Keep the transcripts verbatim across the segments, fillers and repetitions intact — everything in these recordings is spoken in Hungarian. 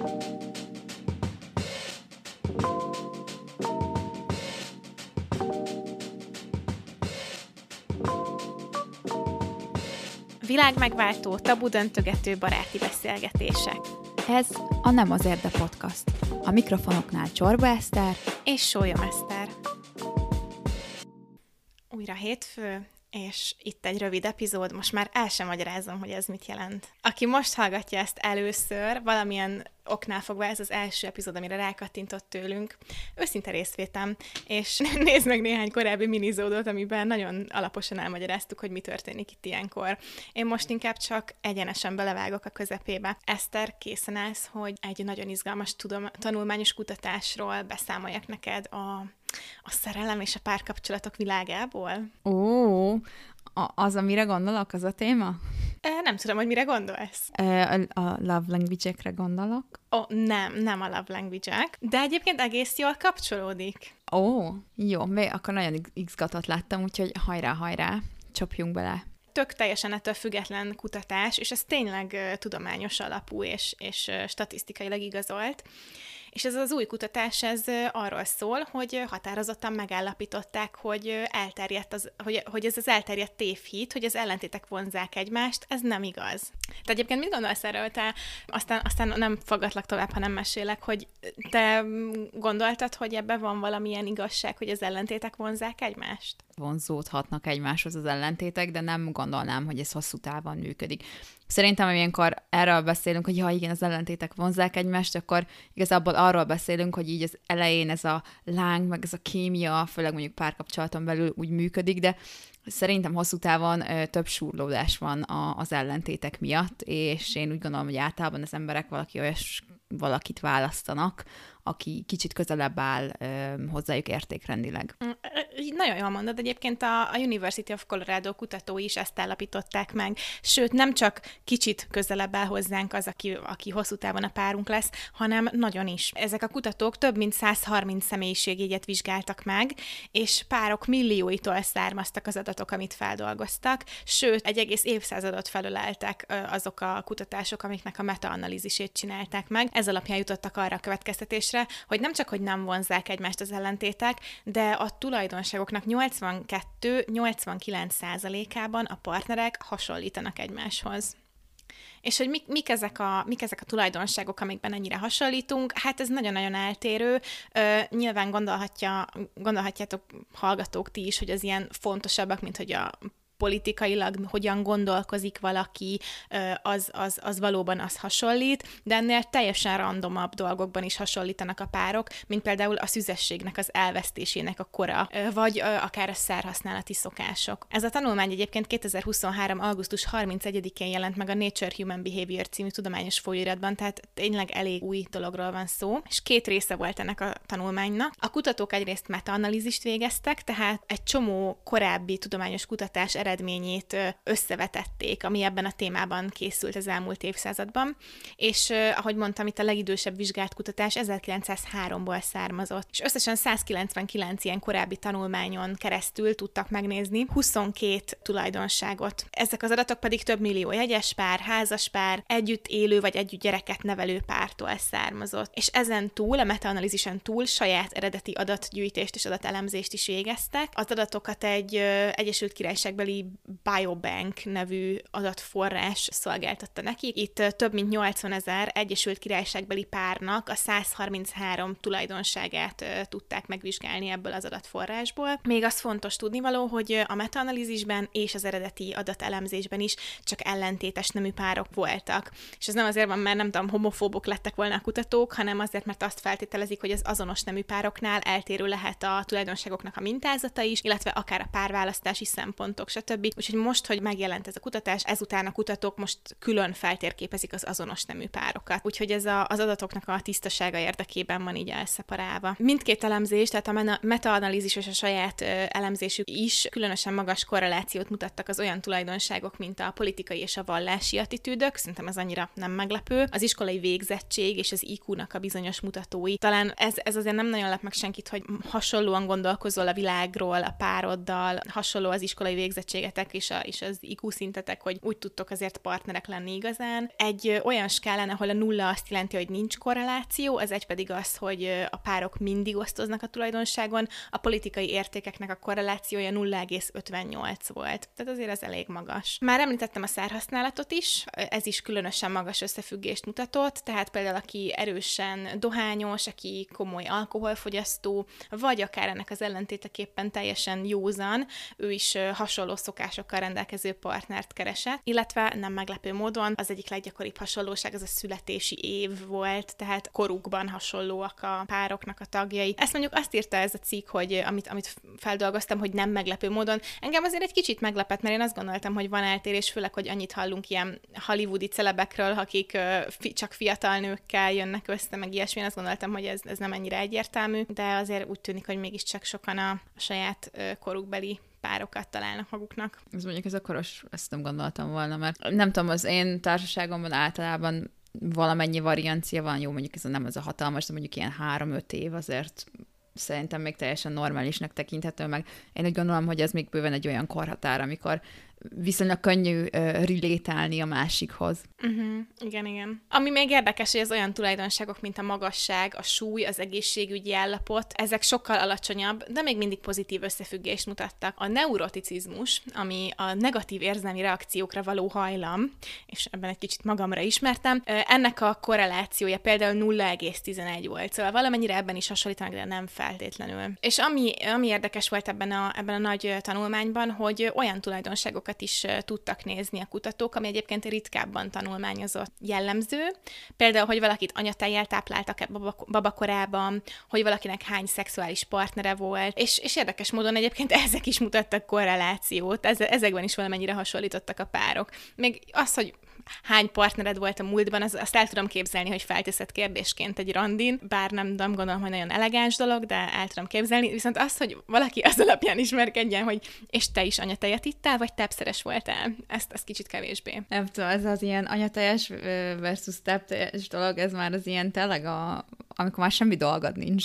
Világmegváltó, tabudöntögető baráti beszélgetések. Ez a Nem azért, de podcast. A mikrofonoknál Csorba Eszter és Sólyom Eszter. Újra hétfő, és itt egy rövid epizód, most már el sem magyarázom, hogy ez mit jelent. Aki most hallgatja ezt először, valamilyen oknál fogva ez az első epizód, amire rákattintott tőlünk, őszinte részvétem, és nézd meg néhány korábbi minizódot, amiben nagyon alaposan elmagyaráztuk, hogy mi történik itt ilyenkor. Én most inkább csak egyenesen belevágok a közepébe. Eszter, készen állsz, hogy egy nagyon izgalmas tudom, tanulmányos kutatásról beszámoljak neked a, a szerelem és a párkapcsolatok világából? Ó, a, az, amire gondolok, az a téma? E, nem tudom, hogy mire gondolsz. E, a, a love language-ekre gondolok. Ó, nem, nem a love language-ek, de egyébként egész jól kapcsolódik. Ó, jó, akkor nagyon izgatott láttam, úgyhogy hajrá, hajrá, csapjunk bele. Tök teljesen ettől független kutatás, és ez tényleg uh, tudományos alapú és, és uh, statisztikailag igazolt. És ez az új kutatás, ez arról szól, hogy határozottan megállapították, hogy elterjedt az, hogy, hogy ez az elterjedt tévhit, hogy az ellentétek vonzzák egymást, ez nem igaz. Te egyébként mit gondolsz erről? Te aztán, aztán nem fogadlak tovább, ha nem mesélek, hogy te gondoltad, hogy ebben van valamilyen igazság, hogy az ellentétek vonzzák egymást? Vonzódhatnak egymáshoz az ellentétek, de nem gondolnám, hogy ez hosszú távon működik. Szerintem, amilyenkor erről beszélünk, hogy ha igen, az ellentétek vonzzák egymást, akkor igazából arról beszélünk, hogy így az elején ez a láng, meg ez a kémia, főleg mondjuk párkapcsolaton belül úgy működik, de szerintem hosszú távon ö, több súrlódás van a, az ellentétek miatt, és én úgy gondolom, hogy általában az emberek valaki olyas valakit választanak, aki kicsit közelebb áll ö, hozzájuk értékrendileg. Nagyon jól mondod, egyébként a, a University of Colorado kutatói is ezt állapították meg, sőt, nem csak kicsit közelebb áll hozzánk az, aki, aki hosszú távon a párunk lesz, hanem nagyon is. Ezek a kutatók több mint száz harminc személyiségjegyet vizsgáltak meg, és párok millióitól származtak az adatok, amit feldolgoztak, sőt, egy egész évszázadot felöleltek azok a kutatások, amiknek a metaanalízisét csinálták meg. Ez alapján jutottak arra a következtetésre, hogy nem csak, hogy nem vonzzák egymást az ellentétek, de a tulajdonságoknak nyolcvankettő-nyolcvankilenc százalékában a partnerek hasonlítanak egymáshoz. És hogy mik, mik, ezek a, mik ezek a tulajdonságok, amikben ennyire hasonlítunk, hát ez nagyon-nagyon eltérő. Ö, nyilván gondolhatja, gondolhatjátok hallgatók ti is, hogy az ilyen fontosabbak, mint hogy a politikailag hogyan gondolkozik valaki, az, az, az valóban az hasonlít, de ennél teljesen randomabb dolgokban is hasonlítanak a párok, mint például a szüzességnek az elvesztésének a kora, vagy akár a szerhasználati szokások. Ez a tanulmány egyébként kétezer-huszonhárom. augusztus harmincegyedikén jelent meg a Nature Human Behavior című tudományos folyóiratban, tehát tényleg elég új dologról van szó, és két része volt ennek a tanulmánynak. A kutatók egyrészt metaanalízist végeztek, tehát egy csomó korábbi tudományos kutatás eredményét összevetették, ami ebben a témában készült az elmúlt évszázadban, és ahogy mondtam, itt a legidősebb vizsgált kutatás ezerkilencszázháromból származott, és összesen százkilencvenkilenc ilyen korábbi tanulmányon keresztül tudtak megnézni huszonkét tulajdonságot. Ezek az adatok pedig több millió jegyes pár, házas pár, együtt élő vagy együtt gyereket nevelő pártól származott. És ezen túl, a metaanalízisen túl saját eredeti adatgyűjtést és adatelemzést is végeztek. Az adatokat egy ö, Egyesült Királyságbeli Biobank nevű adatforrás szolgáltatta nekik. Itt több mint nyolcvanezer Egyesült Királyságbeli párnak a száz harminchárom tulajdonságát tudták megvizsgálni ebből az adatforrásból. Még az fontos tudnivaló, hogy a metaanalízisben és az eredeti adatelemzésben is csak ellentétes nemű párok voltak. És ez nem azért van, mert nem tudom, homofóbok lettek volna a kutatók, hanem azért, mert azt feltételezik, hogy az azonos nemű pároknál eltérő lehet a tulajdonságoknak a mintázata is, illetve akár a párválasztási szempontok, stb. Úgyhogy most, hogy megjelent ez a kutatás, ezután a kutatók most külön feltérképezik az azonos nemű párokat. Úgyhogy ez a, az adatoknak a tisztasága érdekében van így elszeparálva. Mindkét elemzés, tehát a metaanalízis és a saját elemzésük is különösen magas korrelációt mutattak az olyan tulajdonságok, mint a politikai és a vallási attitűdök, szerintem ez annyira nem meglepő, az iskolai végzettség és az í kú-nak a bizonyos mutatói. Talán ez, ez azért nem nagyon lep meg senkit, hogy hasonlóan gondolkozol a világról, a pároddal, hasonló az iskolai végzettség tehetségetek és, a, és az i kú szintetek, hogy úgy tudtok azért partnerek lenni igazán. Egy olyan skálán, ahol a nulla azt jelenti, hogy nincs korreláció, az egy pedig az, hogy a párok mindig osztoznak a tulajdonságon, a politikai értékeknek a korrelációja nulla egész ötvennyolc volt. Tehát azért ez elég magas. Már említettem a szárhasználatot is, ez is különösen magas összefüggést mutatott, tehát például aki erősen dohányos, aki komoly alkoholfogyasztó, vagy akár ennek az ellentéteképpen teljesen józan, ő is hasonló szokásokkal rendelkező partnert keresett, illetve nem meglepő módon az egyik leggyakoribb hasonlóság az a születési év volt, tehát korukban hasonlóak a pároknak a tagjai. Ezt mondjuk azt írta ez a cikk, hogy amit, amit feldolgoztam, hogy nem meglepő módon. Engem azért egy kicsit meglepett, mert én azt gondoltam, hogy van eltérés, főleg, hogy annyit hallunk ilyen hollywoodi celebekről, akik uh, fi, csak fiatal nőkkel jönnek össze, meg ilyesmi. Én azt gondoltam, hogy ez, ez nem ennyire egyértelmű, de azért úgy tűnik, hogy mégiscsak sokan a, a saját uh, korukbeli párokat találnak maguknak. Ez mondjuk ez akkor ezt nem gondoltam volna, mert nem tudom, az én társaságomban általában valamennyi variancia van, jó, mondjuk ez nem az a hatalmas, de mondjuk ilyen három-öt év azért szerintem még teljesen normálisnak tekinthető, meg én úgy gondolom, hogy ez még bőven egy olyan korhatár, amikor viszonylag könnyű uh, relétálni a másikhoz. Uh-huh. Igen, igen. Ami még érdekes, hogy az olyan tulajdonságok, mint a magasság, a súly, az egészségügyi állapot, ezek sokkal alacsonyabb, de még mindig pozitív összefüggést mutattak. A neuroticizmus, ami a negatív érzelmi reakciókra való hajlam, és ebben egy kicsit magamra ismertem, ennek a korrelációja például nulla egész tizenegy volt, szóval valamennyire ebben is hasonlítanak, de nem feltétlenül. És ami, ami érdekes volt ebben a, ebben a nagy tanulmányban, hogy olyan tulajdonságok is tudtak nézni a kutatók, ami egyébként ritkábban tanulmányozott jellemző. Például, hogy valakit anyatejjel tápláltak babakorában, hogy valakinek hány szexuális partnere volt, és, és érdekes módon egyébként ezek is mutattak korrelációt, ezekben is valamennyire hasonlítottak a párok. Még az, hogy hány partnered volt a múltban, az, azt el tudom képzelni, hogy felteszed kérdésként egy randin, bár nem, nem gondolom, hogy nagyon elegáns dolog, de el tudom képzelni, viszont az, hogy valaki az alapján ismerkedjen, hogy és te is anyatejet ittál, vagy tápszeres voltál, ezt, ezt kicsit kevésbé. Nem tudom, ez az ilyen anyatejes versus tápteljes dolog, ez már az ilyen tényleg, a, amikor már semmi dolgod nincs.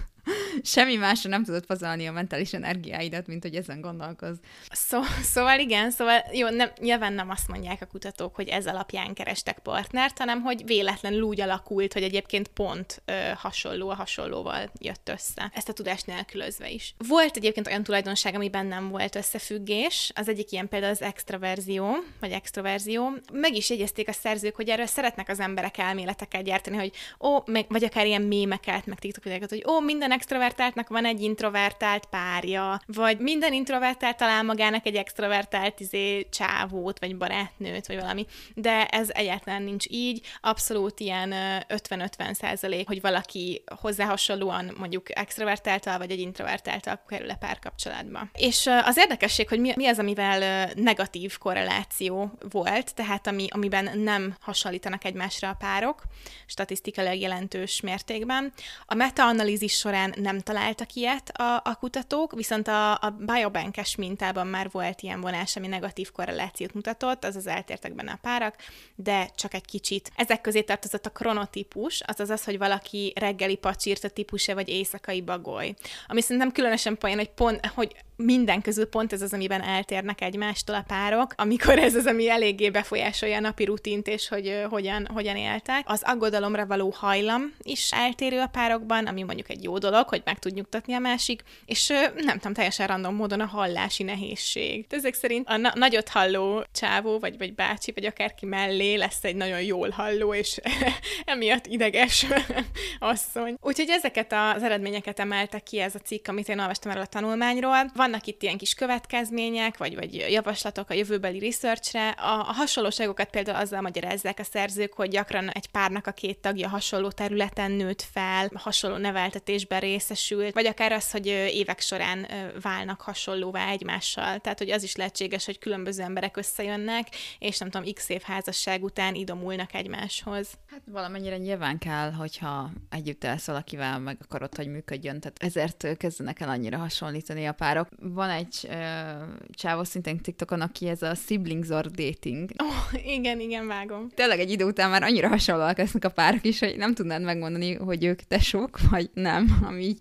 Semmi másra nem tudod pazarolni a mentális energiáidat, mint hogy ezen gondolkozz. Szó, szóval igen, szóval jó, nem, nyilván nem azt mondják a kutatók, hogy ez alapján kerestek partnert, hanem hogy véletlenül úgy alakult, hogy egyébként pont ö, hasonló a hasonlóval jött össze. Ezt a tudást nélkülözve is. Volt egyébként olyan tulajdonság, amiben nem volt összefüggés. Az egyik ilyen például az extraverzió, vagy extroverzió. Meg is jegyezték a szerzők, hogy erről szeretnek az emberek elméleteket gyártani, hogy ó, meg, vagy akár ilyen mémeket, meg TikTok videókat, hogy ó, minden extrovertáltnak van egy introvertált párja, vagy minden introvertált talál magának egy extrovertált izé, csávót, vagy barátnőt, vagy valami. De ez egyáltalán nincs így. Abszolút ilyen ötven-ötven százalék, hogy valaki hozzá hasonlóan mondjuk extrovertáltal, vagy egy introvertáltal kerül a párkapcsolatba. És az érdekesség, hogy mi, mi az, amivel negatív korreláció volt, tehát ami, amiben nem hasonlítanak egymásra a párok, statisztikailag jelentős mértékben. A metaanalízis során nem találtak ilyet a, a kutatók, viszont a, a biobankes mintában már volt ilyen vonás, ami negatív korrelációt mutatott, azaz eltértek benne a párak, de csak egy kicsit. Ezek közé tartozott a kronotípus, azaz az, hogy valaki reggeli pacsirta típuse, vagy éjszakai bagoly. Ami szerintem különösen poén, hogy pont, hogy minden közül pont ez az, amiben eltérnek egymástól a párok, amikor ez az, ami eléggé befolyásolja a napi rutint, és hogy uh, hogyan, hogyan éltek. Az aggodalomra való hajlam is eltérő a párokban, ami mondjuk egy jó dolog, hogy meg tud nyugtatni a másik, és uh, nem tudom, teljesen random módon a hallási nehézség. De ezek szerint a na- nagyot halló csávó, vagy, vagy bácsi, vagy akárki mellé lesz egy nagyon jól halló, és emiatt ideges asszony. Úgyhogy ezeket az eredményeket emeltek ki ez a cikk, amit én olvastam erről a tanulmányról. Vannak itt ilyen kis következmények, vagy, vagy javaslatok a jövőbeli researchre. A, a hasonlóságokat például azzal magyarázzák a szerzők, hogy gyakran egy párnak a két tagja hasonló területen nőtt fel, hasonló neveltetésben részesült, vagy akár az, hogy évek során válnak hasonlóvá egymással. Tehát, hogy az is lehetséges, hogy különböző emberek összejönnek, és nem tudom, x év házasság után idomulnak egymáshoz. Hát valamennyire nyilván kell, hogyha együtt élsz valakivel, meg akarod, hogy működjön. Tehát ezért kezdenek el annyira hasonlítani a párok. Van egy uh, csávó szintén TikTokon, aki ez a siblings or dating. Oh, igen, igen, vágom. Tényleg egy idő után már annyira hasonlóak lesznek a párok is, hogy nem tudnád megmondani, hogy ők tesók, vagy nem, ami így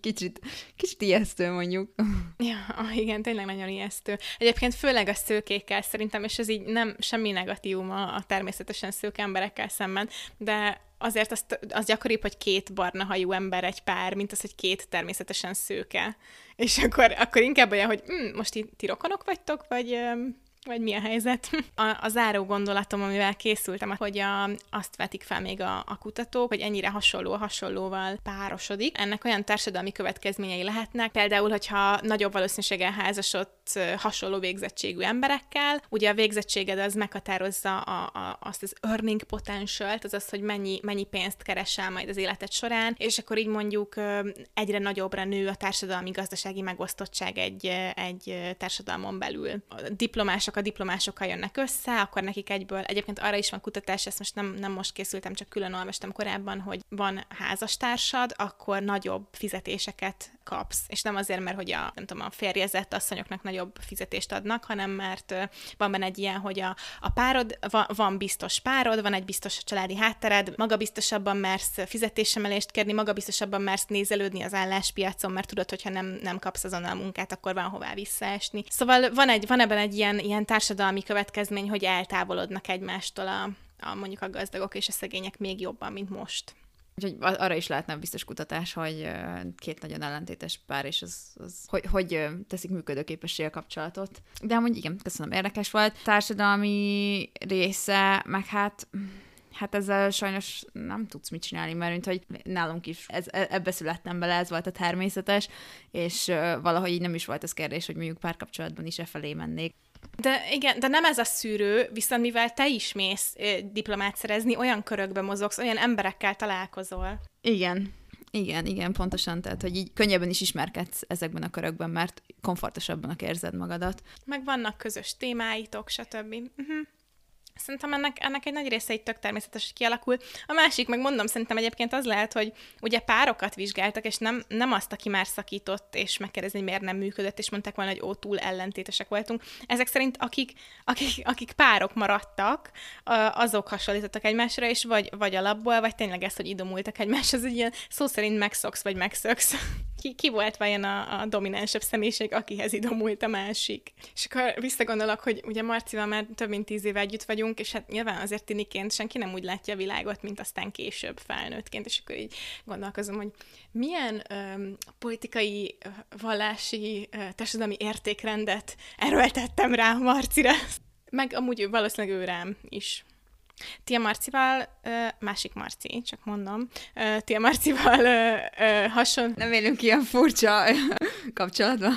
kicsit, kicsit ijesztő mondjuk. Ja, igen, tényleg nagyon ijesztő. Egyébként főleg a szőkékkel szerintem, és ez így nem semmi negatívum a, a természetesen szők emberekkel szemben, de azért az, az gyakoribb, hogy két barna hajú ember egy pár, mint az, hogy két természetesen szőke. És akkor, akkor inkább olyan, hogy hm, most ti, ti rokonok vagytok, vagy... vagy mi a helyzet. A, a záró gondolatom, amivel készültem, hogy a, azt vetik fel még a, a kutatók, hogy ennyire hasonló a hasonlóval párosodik. Ennek olyan társadalmi következményei lehetnek, például, hogyha nagyobb valószínűséggel házasodsz hasonló végzettségű emberekkel, ugye a végzettséged az meghatározza a, a, azt az earning potentialt, azaz, hogy mennyi, mennyi pénzt keresel majd az életed során, és akkor így mondjuk egyre nagyobbra nő a társadalmi gazdasági megosztottság egy, egy társadalmon belül. A diplomások a diplomásokkal jönnek össze, akkor nekik egyből, egyébként arra is van kutatás, ezt most nem, nem most készültem, csak külön olvastam korábban, hogy van házastársad, akkor nagyobb fizetéseket kapsz. És nem azért, mert hogy a, nem tudom, a férjezett asszonyoknak nagyobb fizetést adnak, hanem mert van benne egy ilyen, hogy a, a párod, van, van biztos párod, van egy biztos családi háttered, magabiztosabban mersz fizetésemelést kérni, magabiztosabban mersz nézelődni az álláspiacon, mert tudod, hogyha nem, nem kapsz azonnal munkát, akkor van hová visszaesni. Szóval van, egy, van ebben egy ilyen, ilyen társadalmi következmény, hogy eltávolodnak egymástól a, a mondjuk a gazdagok és a szegények még jobban, mint most. Úgyhogy arra is lehetne biztos kutatás, hogy két nagyon ellentétes pár, és az, az hogy, hogy teszik működőképessé a kapcsolatot. De amúgy igen, köszönöm, érdekes volt. Társadalmi része, meg hát... Hát ezzel sajnos nem tudsz mit csinálni, mert mint hogy nálunk is ez, ebbe születtem bele, ez volt a természetes, és valahogy így nem is volt az kérdés, hogy mondjuk párkapcsolatban is e felé mennék. De igen, de nem ez a szűrő, viszont mivel te is mész diplomát szerezni, olyan körökbe mozogsz, olyan emberekkel találkozol. Igen, igen, igen, pontosan, tehát, hogy így könnyebben is ismerkedsz ezekben a körökben, mert komfortosabbanak érzed magadat. Meg vannak közös témáitok, stb. Uh-huh. Szerintem ennek, ennek egy nagy része így tök természetes, hogy kialakul. A másik, meg mondom, szerintem egyébként az lehet, hogy ugye párokat vizsgáltak, és nem, nem azt, aki már szakított, és megkérdezni, hogy miért nem működött, és mondták volna, hogy ó, túl ellentétesek voltunk. Ezek szerint akik, akik, akik párok maradtak, azok hasonlítottak egymásra, és vagy, vagy alapból, vagy tényleg ez, hogy idomultak egymáshoz, egy ilyen szó szerint megszoksz, vagy megszöksz. Ki, ki volt vajon a, a dominánsabb személyiség, akihez idomult a másik. És akkor visszagondolok, hogy ugye Marcival már több mint tíz éve együtt vagyunk, és hát nyilván azért tiniként senki nem úgy látja a világot, mint aztán később felnőttként, és akkor így gondolkozom, hogy milyen öm, politikai, vallási, társadalmi értékrendet erőltettem rá Marcira. Meg amúgy valószínűleg ő rám is. Ti a Marcival, másik Marci, csak mondom, ti a Marcival hasonló... Nem élünk ilyen furcsa kapcsolatban.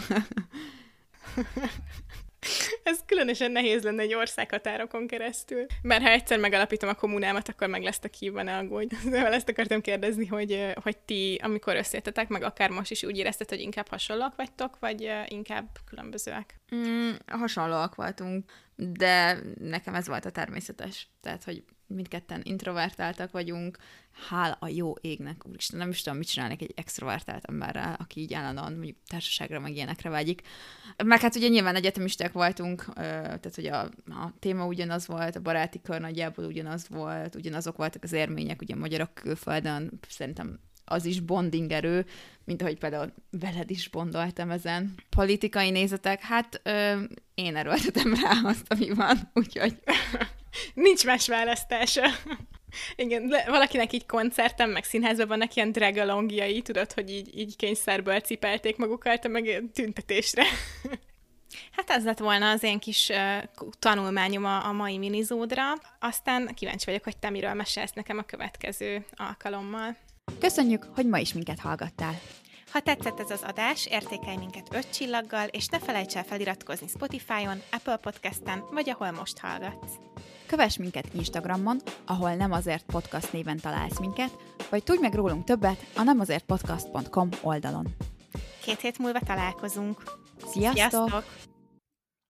Ez különösen nehéz lenne egy országhatárokon keresztül. Mert ha egyszer megalapítom a kommunámat, akkor meg lesztek hívva, ne aggódj. Szóval ezt akartam kérdezni, hogy, hogy ti, amikor összejöttetek, meg akár most is úgy érezted, hogy inkább hasonlóak vagytok, vagy inkább különbözőek? Mm, hasonlóak voltunk, de nekem ez volt a természetes. Tehát, hogy mindketten introvertáltak vagyunk, hála a jó égnek, úristen, nem is tudom, mit csinálnék egy extrovertált emberrel, aki így állandóan mondjuk társaságra, meg ilyenekre vágyik. Meg hát ugye nyilván egyetemisták voltunk, tehát hogy a, a téma ugyanaz volt, a baráti kör nagyjából ugyanaz volt, ugyanazok voltak az érmények, ugye magyarok külföldön, szerintem az is bonding erő, mint ahogy például veled is bondoltam ezen. Politikai nézetek, hát ö, én erőltetem rá azt, ami van, úgyhogy... Nincs más választása. Igen, valakinek így koncerten, meg színházban vannak ilyen dragalongjai, tudod, hogy így, így kényszerből cipelték magukat, meg tüntetésre. Hát ez lett volna az én kis uh, tanulmányom a, a mai minizódra. Aztán kíváncsi vagyok, hogy te miről mesélsz nekem a következő alkalommal. Köszönjük, hogy ma is minket hallgattál. Ha tetszett ez az adás, értékelj minket öt csillaggal, és ne felejts el feliratkozni Spotify-on, Apple Podcasten, vagy ahol most hallgatsz. Kövess minket Instagramon, ahol Nem azért podcast néven találsz minket, vagy tudj meg rólunk többet a nemazértpodcast pont com oldalon. Két hét múlva találkozunk. Sziasztok! Sziasztok!